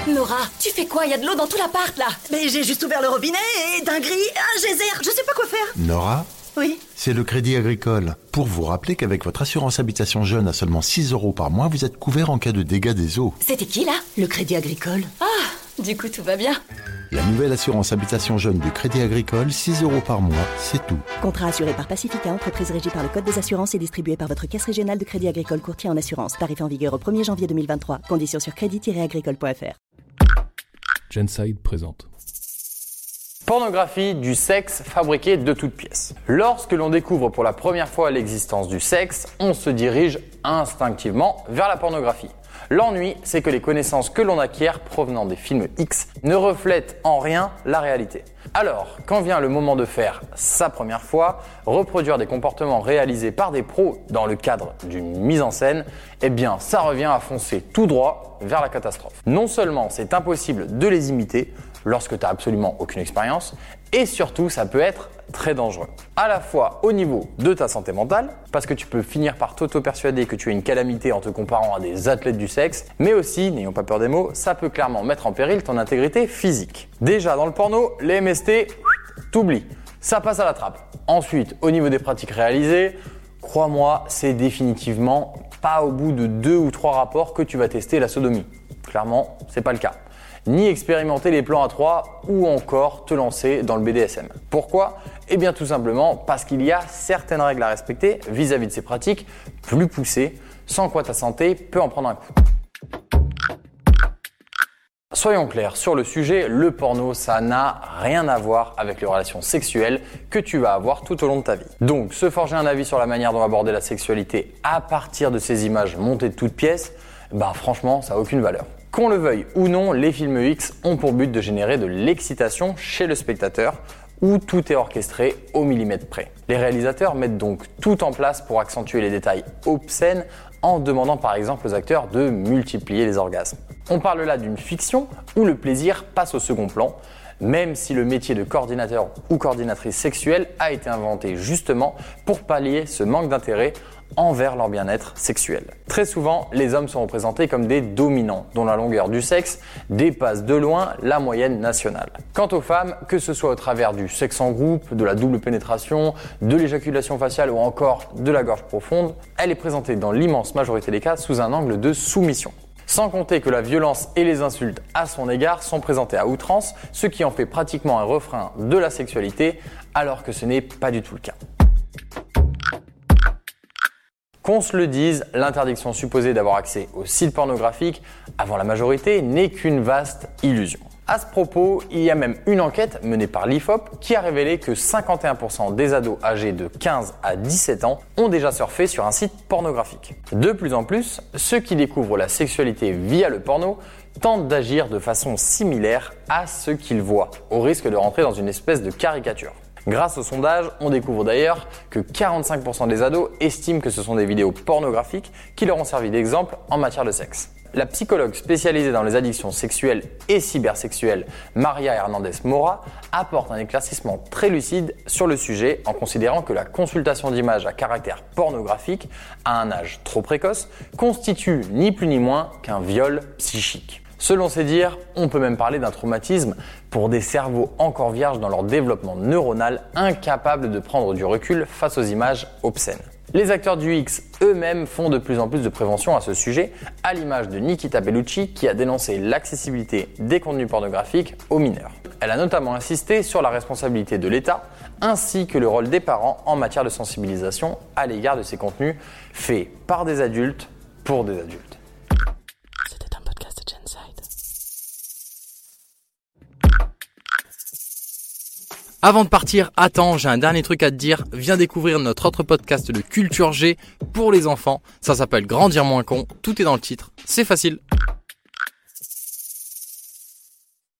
Nora, tu fais quoi? Il y a de l'eau dans tout l'appart, là. Mais j'ai juste ouvert le robinet et dinguerie, un geyser, je sais pas quoi faire. Nora ? Oui. C'est le Crédit Agricole. Pour vous rappeler qu'avec votre assurance habitation jeune à seulement 6 € par mois, vous êtes couvert en cas de dégâts des eaux. C'était qui, là? Le Crédit Agricole. Ah, du coup, tout va bien. La nouvelle assurance habitation jeune du Crédit Agricole, 6 € par mois, c'est tout. Contrat assuré par Pacifica, entreprise régie par le Code des assurances et distribué par votre caisse régionale de Crédit Agricole courtier en assurance. Tarif en vigueur au 1er janvier 2023. Conditions sur crédit-agricole.fr. Genside présente. Pornographie du sexe fabriqué de toutes pièces. Lorsque l'on découvre pour la première fois l'existence du sexe, on se dirige instinctivement vers la pornographie. L'ennui, c'est que les connaissances que l'on acquiert provenant des films X ne reflètent en rien la réalité. Alors, quand vient le moment de faire sa première fois, reproduire des comportements réalisés par des pros dans le cadre d'une mise en scène, eh bien, ça revient à foncer tout droit vers la catastrophe. Non seulement c'est impossible de les imiter lorsque tu n'as absolument aucune expérience, et surtout, ça peut être très dangereux. À la fois au niveau de ta santé mentale, parce que tu peux finir par t'auto-persuader que tu es une calamité en te comparant à des athlètes du sexe, mais aussi, n'ayons pas peur des mots, ça peut clairement mettre en péril ton intégrité physique. Déjà dans le porno, les MST, t'oublies, ça passe à la trappe. Ensuite, au niveau des pratiques réalisées, crois-moi, c'est définitivement pas au bout de 2 ou 3 rapports que tu vas tester la sodomie. Clairement, c'est pas le cas. Ni expérimenter les plans à 3 ou encore te lancer dans le BDSM. Pourquoi ? Eh bien tout simplement parce qu'il y a certaines règles à respecter vis-à-vis de ces pratiques plus poussées, sans quoi ta santé peut en prendre un coup. Soyons clairs sur le sujet, le porno, ça n'a rien à voir avec les relations sexuelles que tu vas avoir tout au long de ta vie. Donc, se forger un avis sur la manière dont aborder la sexualité à partir de ces images montées de toutes pièces, franchement, ça n'a aucune valeur. Qu'on le veuille ou non, les films X ont pour but de générer de l'excitation chez le spectateur où tout est orchestré au millimètre près. Les réalisateurs mettent donc tout en place pour accentuer les détails obscènes en demandant par exemple aux acteurs de multiplier les orgasmes. On parle là d'une fiction où le plaisir passe au second plan, même si le métier de coordinateur ou coordinatrice sexuelle a été inventé justement pour pallier ce manque d'intérêt envers leur bien-être sexuel. Très souvent, les hommes sont représentés comme des dominants, dont la longueur du sexe dépasse de loin la moyenne nationale. Quant aux femmes, que ce soit au travers du sexe en groupe, de la double pénétration, de l'éjaculation faciale ou encore de la gorge profonde, elle est présentée dans l'immense majorité des cas sous un angle de soumission. Sans compter que la violence et les insultes à son égard sont présentées à outrance, ce qui en fait pratiquement un refrain de la sexualité, alors que ce n'est pas du tout le cas. Qu'on se le dise, l'interdiction supposée d'avoir accès aux sites pornographiques avant la majorité n'est qu'une vaste illusion. À ce propos, il y a même une enquête menée par l'IFOP qui a révélé que 51% des ados âgés de 15 à 17 ans ont déjà surfé sur un site pornographique. De plus en plus, ceux qui découvrent la sexualité via le porno tentent d'agir de façon similaire à ce qu'ils voient, au risque de rentrer dans une espèce de caricature. Grâce au sondage, on découvre d'ailleurs que 45% des ados estiment que ce sont des vidéos pornographiques qui leur ont servi d'exemple en matière de sexe. La psychologue spécialisée dans les addictions sexuelles et cybersexuelles, Maria Hernandez Mora, apporte un éclaircissement très lucide sur le sujet en considérant que la consultation d'images à caractère pornographique à un âge trop précoce constitue ni plus ni moins qu'un viol psychique. Selon ses dires, on peut même parler d'un traumatisme pour des cerveaux encore vierges dans leur développement neuronal, incapables de prendre du recul face aux images obscènes. Les acteurs du X eux-mêmes font de plus en plus de prévention à ce sujet, à l'image de Nikita Bellucci qui a dénoncé l'accessibilité des contenus pornographiques aux mineurs. Elle a notamment insisté sur la responsabilité de l'État ainsi que le rôle des parents en matière de sensibilisation à l'égard de ces contenus faits par des adultes pour des adultes. C'était un podcast de Genside. Avant de partir, attends, j'ai un dernier truc à te dire. Viens découvrir notre autre podcast de Culture G pour les enfants. Ça s'appelle Grandir moins con. Tout est dans le titre. C'est facile.